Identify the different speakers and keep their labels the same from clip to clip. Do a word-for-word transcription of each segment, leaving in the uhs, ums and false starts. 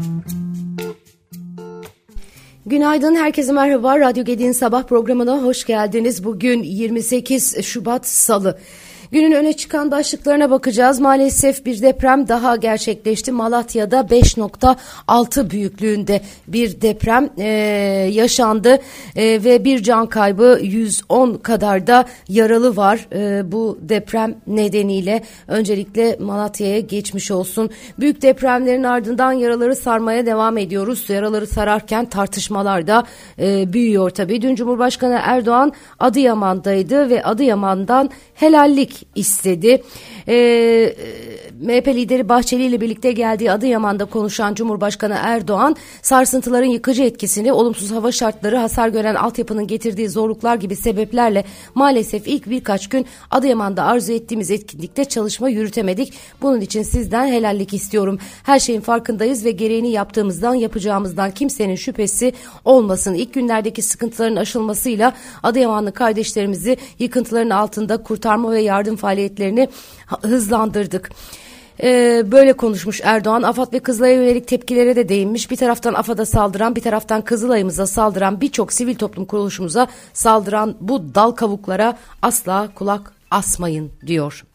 Speaker 1: Günaydın, herkese merhaba. Radyo Gedi'nin sabah programına hoş geldiniz. Bugün yirmi sekiz Şubat Salı. Günün öne çıkan başlıklarına bakacağız. Maalesef bir deprem daha gerçekleşti. Malatya'da beş nokta altı büyüklüğünde bir deprem e, yaşandı e, ve bir can kaybı, yüz on kadar da yaralı var. E, bu deprem nedeniyle öncelikle Malatya'ya geçmiş olsun. Büyük depremlerin ardından yaraları sarmaya devam ediyoruz. Yaraları sararken tartışmalar da e, büyüyor tabii. Dün Cumhurbaşkanı Erdoğan Adıyaman'daydı ve Adıyaman'dan helallik istedi. Ee, M H P lideri Bahçeli ile birlikte geldiği Adıyaman'da konuşan Cumhurbaşkanı Erdoğan, sarsıntıların yıkıcı etkisini, olumsuz hava şartları, hasar gören altyapının getirdiği zorluklar gibi sebeplerle maalesef ilk birkaç gün Adıyaman'da arzu ettiğimiz etkinlikte çalışma yürütemedik. Bunun için sizden helallik istiyorum. Her şeyin farkındayız ve gereğini yaptığımızdan, yapacağımızdan kimsenin şüphesi olmasın. İlk günlerdeki sıkıntıların aşılmasıyla Adıyamanlı kardeşlerimizi yıkıntıların altında kurtarma ve yardım faaliyetlerini hızlandırdık. Ee, böyle konuşmuş Erdoğan. AFAD ve Kızılay'a yönelik tepkilere de değinmiş. Bir taraftan AFAD'a saldıran, bir taraftan Kızılay'ımıza saldıran, birçok sivil toplum kuruluşumuza saldıran bu dal kavuklara asla kulak asmayın diyor.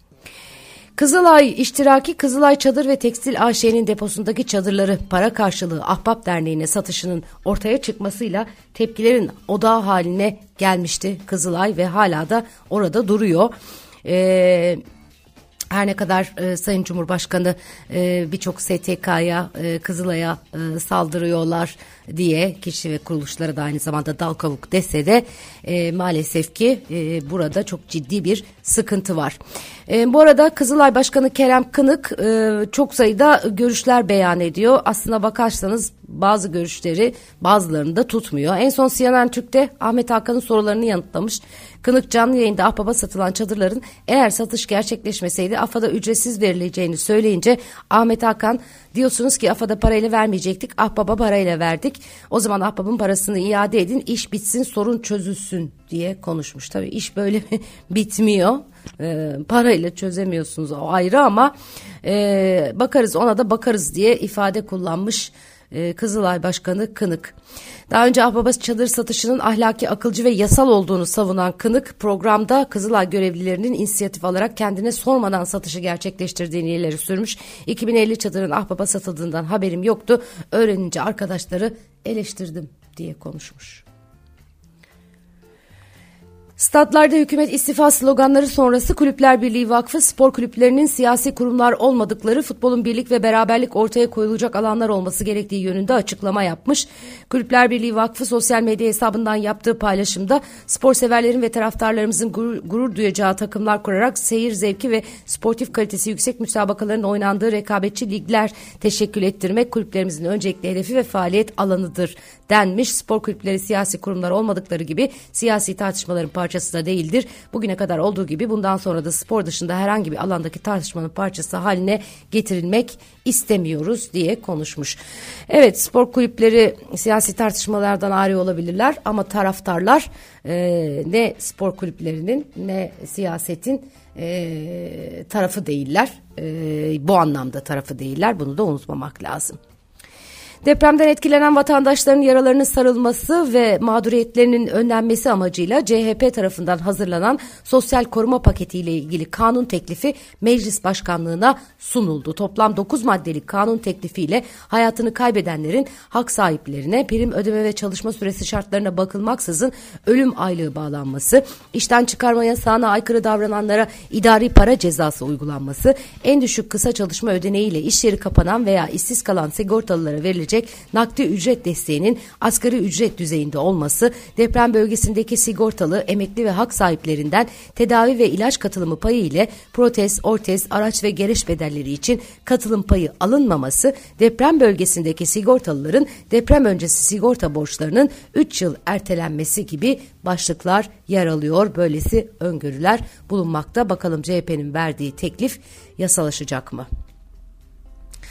Speaker 1: Kızılay İştiraki, Kızılay Çadır ve Tekstil A Ş'nin deposundaki çadırları para karşılığı Ahbap Derneği'ne satışının ortaya çıkmasıyla tepkilerin odağı haline gelmişti Kızılay ve hala da orada duruyor. Ee, her ne kadar e, Sayın Cumhurbaşkanı e, birçok S T K'ya, e, Kızılay'a e, saldırıyorlar diye, kişi ve kuruluşlara da aynı zamanda dal kavuk dese de e, maalesef ki e, burada çok ciddi bir sıkıntı var. E, bu arada Kızılay Başkanı Kerem Kınık e, çok sayıda görüşler beyan ediyor. Aslına bakarsanız bazı görüşleri bazılarını da tutmuyor. En son C N N Türk'te Ahmet Hakan'ın sorularını yanıtlamış. Kınık canlı yayında Ahbap'a satılan çadırların eğer satış gerçekleşmeseydi AFAD'a ücretsiz verileceğini söyleyince Ahmet Hakan, diyorsunuz ki AFAD'a parayla vermeyecektik, Ahbap'a parayla verdik. O zaman Ahbap'ın parasını iade edin, iş bitsin, sorun çözülsün diye konuşmuş. Tabii iş böyle bitmiyor. Ee, parayla çözemiyorsunuz, o ayrı, ama e, bakarız ona da bakarız diye ifade kullanmış e, Kızılay Başkanı Kınık. Daha önce Ahbap'a çadır satışının ahlaki, akılcı ve yasal olduğunu savunan Kınık, programda Kızılay görevlilerinin inisiyatif alarak kendine sormadan satışı gerçekleştirdiğini ileri sürmüş. iki bin elli çadırın Ahbap'a satıldığından haberim yoktu. Öğrenince arkadaşları eleştirdim diye konuşmuş. Statlarda hükümet istifa sloganları sonrası Kulüpler Birliği Vakfı, spor kulüplerinin siyasi kurumlar olmadıkları, futbolun birlik ve beraberlik ortaya koyulacak alanlar olması gerektiği yönünde açıklama yapmış. Kulüpler Birliği Vakfı sosyal medya hesabından yaptığı paylaşımda, spor severlerin ve taraftarlarımızın gurur, gurur duyacağı takımlar kurarak seyir zevki ve sportif kalitesi yüksek müsabakaların oynandığı rekabetçi ligler teşekkül ettirmek kulüplerimizin öncelikli hedefi ve faaliyet alanıdır denmiş. Spor kulüpleri siyasi kurumlar olmadıkları gibi siyasi tartışmaların parçası da değildir. Bugüne kadar olduğu gibi bundan sonra da spor dışında herhangi bir alandaki tartışmanın parçası haline getirilmek istemiyoruz diye konuşmuş. Evet, spor kulüpleri siyasi tartışmalardan ayrı olabilirler ama taraftarlar e, ne spor kulüplerinin ne siyasetin e, tarafı değiller. E, bu anlamda tarafı değiller. Bunu da unutmamak lazım. Depremden etkilenen vatandaşların yaralarının sarılması ve mağduriyetlerinin önlenmesi amacıyla C H P tarafından hazırlanan sosyal koruma paketiyle ilgili kanun teklifi Meclis Başkanlığı'na sunuldu. Toplam dokuz maddelik kanun teklifiyle hayatını kaybedenlerin hak sahiplerine prim ödeme ve çalışma süresi şartlarına bakılmaksızın ölüm aylığı bağlanması, işten çıkarma yasağına aykırı davrananlara idari para cezası uygulanması, en düşük kısa çalışma ödeneğiyle iş yeri kapanan veya işsiz kalan sigortalılara verilecek nakdi ücret desteğinin asgari ücret düzeyinde olması, deprem bölgesindeki sigortalı, emekli ve hak sahiplerinden tedavi ve ilaç katılımı payı ile protez, ortez, araç ve gereç bedelleri için katılım payı alınmaması, deprem bölgesindeki sigortalıların deprem öncesi sigorta borçlarının üç yıl ertelenmesi gibi başlıklar yer alıyor. Böylesi öngörüler bulunmakta. Bakalım C H P'nin verdiği teklif yasalaşacak mı?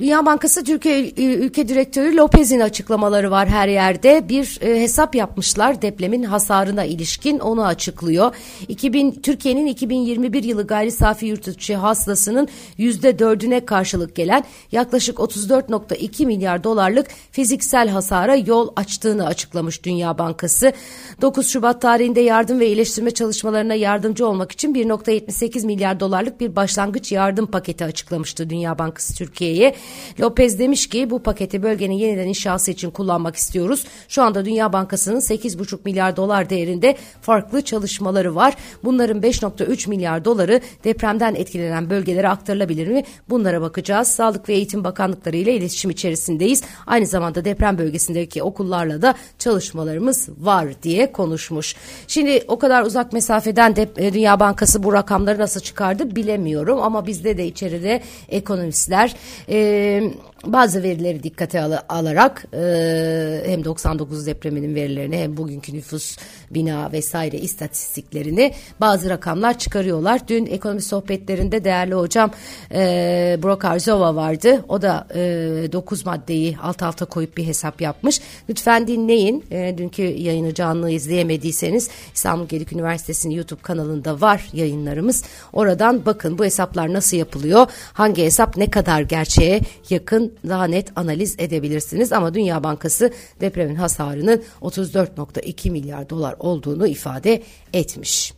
Speaker 1: Dünya Bankası Türkiye Ülke Direktörü Lopez'in açıklamaları var her yerde. Bir e, hesap yapmışlar depremin hasarına ilişkin, onu açıklıyor. iki bin Türkiye'nin iki bin yirmi bir yılı gayri safi yurt içi hasılasının yüzde dördüne karşılık gelen yaklaşık otuz dört virgül iki milyar dolarlık fiziksel hasara yol açtığını açıklamış Dünya Bankası. dokuz Şubat tarihinde yardım ve iyileştirme çalışmalarına yardımcı olmak için bir virgül yetmiş sekiz milyar dolarlık bir başlangıç yardım paketi açıklamıştı Dünya Bankası Türkiye'ye. Lopez demiş ki bu paketi bölgenin yeniden inşası için kullanmak istiyoruz. Şu anda Dünya Bankası'nın sekiz virgül beş milyar dolar değerinde farklı çalışmaları var. Bunların beş virgül üç milyar doları depremden etkilenen bölgelere aktarılabilir mi? Bunlara bakacağız. Sağlık ve Eğitim Bakanlıkları ile iletişim içerisindeyiz. Aynı zamanda deprem bölgesindeki okullarla da çalışmalarımız var diye konuşmuş. Şimdi o kadar uzak mesafeden de Dünya Bankası bu rakamları nasıl çıkardı bilemiyorum ama bizde de içeride ekonomistler e, bazı verileri dikkate al- alarak e, hem doksan dokuz depreminin verilerini hem bugünkü nüfus, bina vesaire istatistiklerini bazı rakamlar çıkarıyorlar. Dün ekonomi sohbetlerinde değerli hocam e, Burak Arzova vardı. O da e, dokuz maddeyi alt alta koyup bir hesap yapmış. Lütfen dinleyin. E, dünkü yayını canlı izleyemediyseniz İstanbul Gedik Üniversitesi'nin YouTube kanalında var yayınlarımız. Oradan bakın bu hesaplar nasıl yapılıyor, hangi hesap ne kadar gerçeğe yakın, daha net analiz edebilirsiniz. Ama Dünya Bankası depremin hasarının otuz dört virgül iki milyar dolar olduğunu ifade etmiş.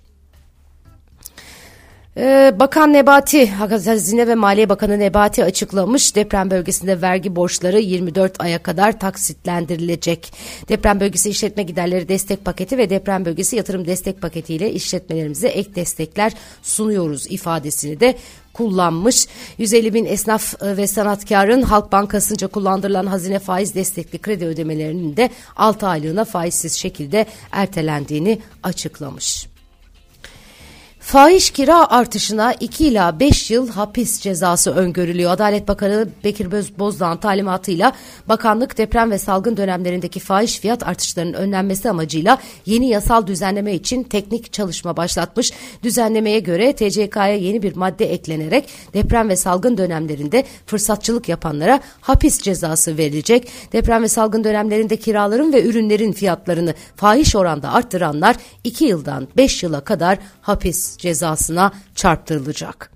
Speaker 1: Ee, Bakan Nebati, Hazine ve Maliye Bakanı Nebati açıklamış. Deprem bölgesinde vergi borçları yirmi dört aya kadar taksitlendirilecek. Deprem bölgesi işletme giderleri destek paketi ve deprem bölgesi yatırım destek paketiyle işletmelerimize ek destekler sunuyoruz ifadesini de kullanmış. yüz elli bin esnaf ve sanatkarın Halk Bankası'nca kullandırılan hazine faiz destekli kredi ödemelerinin de altı aylığına faizsiz şekilde ertelendiğini açıklamış. Fahiş kira artışına iki ila beş yıl hapis cezası öngörülüyor. Adalet Bakanı Bekir Bozdağ'ın talimatıyla bakanlık deprem ve salgın dönemlerindeki fahiş fiyat artışlarının önlenmesi amacıyla yeni yasal düzenleme için teknik çalışma başlatmış. Düzenlemeye göre T C K'ya yeni bir madde eklenerek deprem ve salgın dönemlerinde fırsatçılık yapanlara hapis cezası verilecek. Deprem ve salgın dönemlerinde kiraların ve ürünlerin fiyatlarını fahiş oranda arttıranlar iki yıldan beş yıla kadar hapis cezasına çarptırılacak.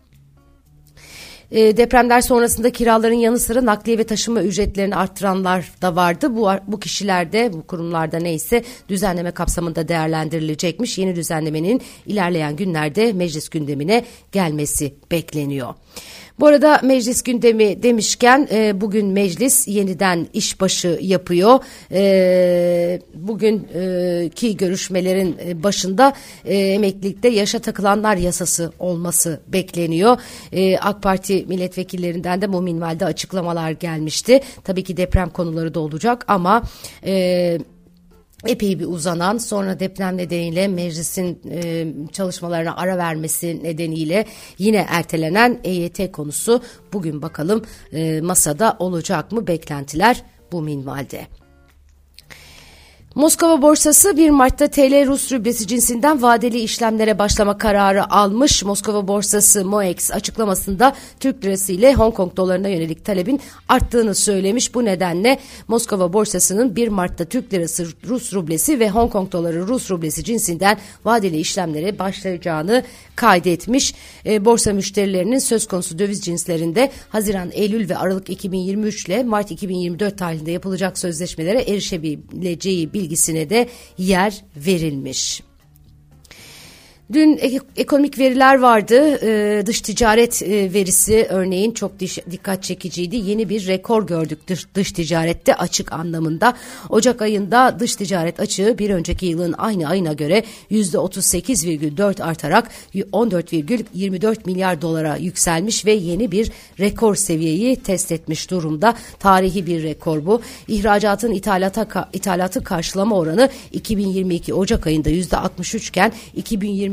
Speaker 1: E, depremler sonrasında kiraların yanı sıra nakliye ve taşıma ücretlerini arttıranlar da vardı. Bu, bu kişiler de bu kurumlarda neyse düzenleme kapsamında değerlendirilecekmiş. Yeni düzenlemenin ilerleyen günlerde meclis gündemine gelmesi bekleniyor. Bu arada meclis gündemi demişken e, bugün meclis yeniden işbaşı yapıyor. E, bugünkü görüşmelerin başında e, emeklilikte yaşa takılanlar yasası olması bekleniyor. E, AK Parti milletvekillerinden de bu minvalde açıklamalar gelmişti. Tabii ki deprem konuları da olacak ama E, epey bir uzanan, sonra deprem nedeniyle meclisin e, çalışmalarına ara vermesi nedeniyle yine ertelenen E Y T konusu bugün bakalım e, masada olacak mı, beklentiler bu minvalde. Moskova borsası bir Mart'ta T L Rus rublesi cinsinden vadeli işlemlere başlama kararı almış. Moskova borsası M O E X açıklamasında Türk lirası ile Hong Kong dolarına yönelik talebin arttığını söylemiş. Bu nedenle Moskova borsasının bir Mart'ta Türk lirası Rus rublesi ve Hong Kong doları Rus rublesi cinsinden vadeli işlemlere başlayacağını kaydetmiş. E, borsa müşterilerinin söz konusu döviz cinslerinde Haziran, Eylül ve Aralık iki bin yirmi üç ile Mart iki bin yirmi dört tarihinde yapılacak sözleşmelere erişebileceği bilgisine de yer verilmiş. Dün ekonomik veriler vardı. Ee, dış ticaret e, verisi örneğin çok diş, dikkat çekiciydi. Yeni bir rekor gördük dış, dış ticarette açık anlamında. Ocak ayında dış ticaret açığı bir önceki yılın aynı ayına göre yüzde otuz sekiz virgül dört artarak on dört virgül yirmi dört milyar dolara yükselmiş ve yeni bir rekor seviyeyi test etmiş durumda. Tarihi bir rekor bu. İhracatın ithalata, ithalatı karşılama oranı iki bin yirmi iki Ocak ayında yüzde altmış üç iken iki bin yirmi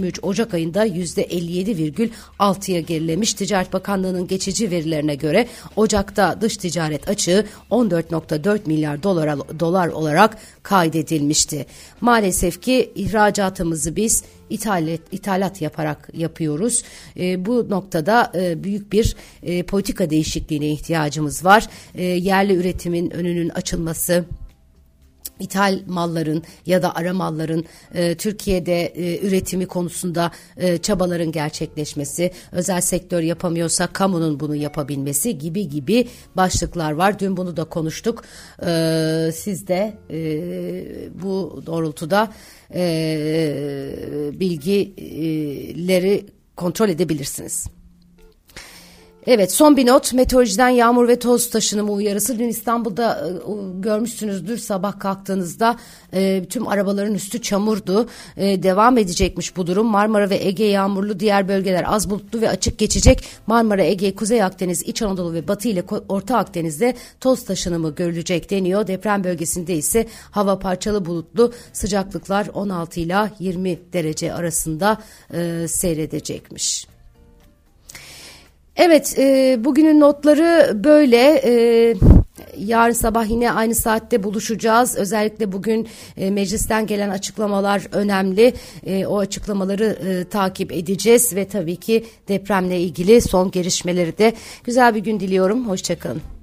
Speaker 1: üç Ocak ayında yüzde elli yedi virgül altıya gerilemiş. Ticaret Bakanlığı'nın geçici verilerine göre Ocak'ta dış ticaret açığı on dört virgül dört milyar dolar, dolar olarak kaydedilmişti. Maalesef ki ihracatımızı biz ithalat, ithalat yaparak yapıyoruz. E, bu noktada e, büyük bir e, politika değişikliğine ihtiyacımız var. E, yerli üretimin önünün açılması, İthal malların ya da ara malların e, Türkiye'de e, üretimi konusunda e, çabaların gerçekleşmesi, özel sektör yapamıyorsa kamunun bunu yapabilmesi gibi gibi başlıklar var. Dün bunu da konuştuk. E, siz de e, bu doğrultuda e, bilgileri kontrol edebilirsiniz. Evet, son bir not. Meteorolojiden yağmur ve toz taşınımı uyarısı. Dün İstanbul'da e, görmüşsünüzdür, sabah kalktığınızda e, tüm arabaların üstü çamurdu. E, devam edecekmiş bu durum. Marmara ve Ege yağmurlu, diğer bölgeler az bulutlu ve açık geçecek. Marmara, Ege, Kuzey Akdeniz, İç Anadolu ve Batı ile Orta Akdeniz'de toz taşınımı görülecek deniyor. Deprem bölgesinde ise hava parçalı bulutlu, sıcaklıklar on altı ile yirmi derece arasında e, seyredecekmiş. Evet, e, bugünün notları böyle. E, yarın sabah yine aynı saatte buluşacağız. Özellikle bugün e, meclisten gelen açıklamalar önemli. E, o açıklamaları e, takip edeceğiz ve tabii ki depremle ilgili son gelişmeleri de. Güzel bir gün diliyorum. Hoşça kalın.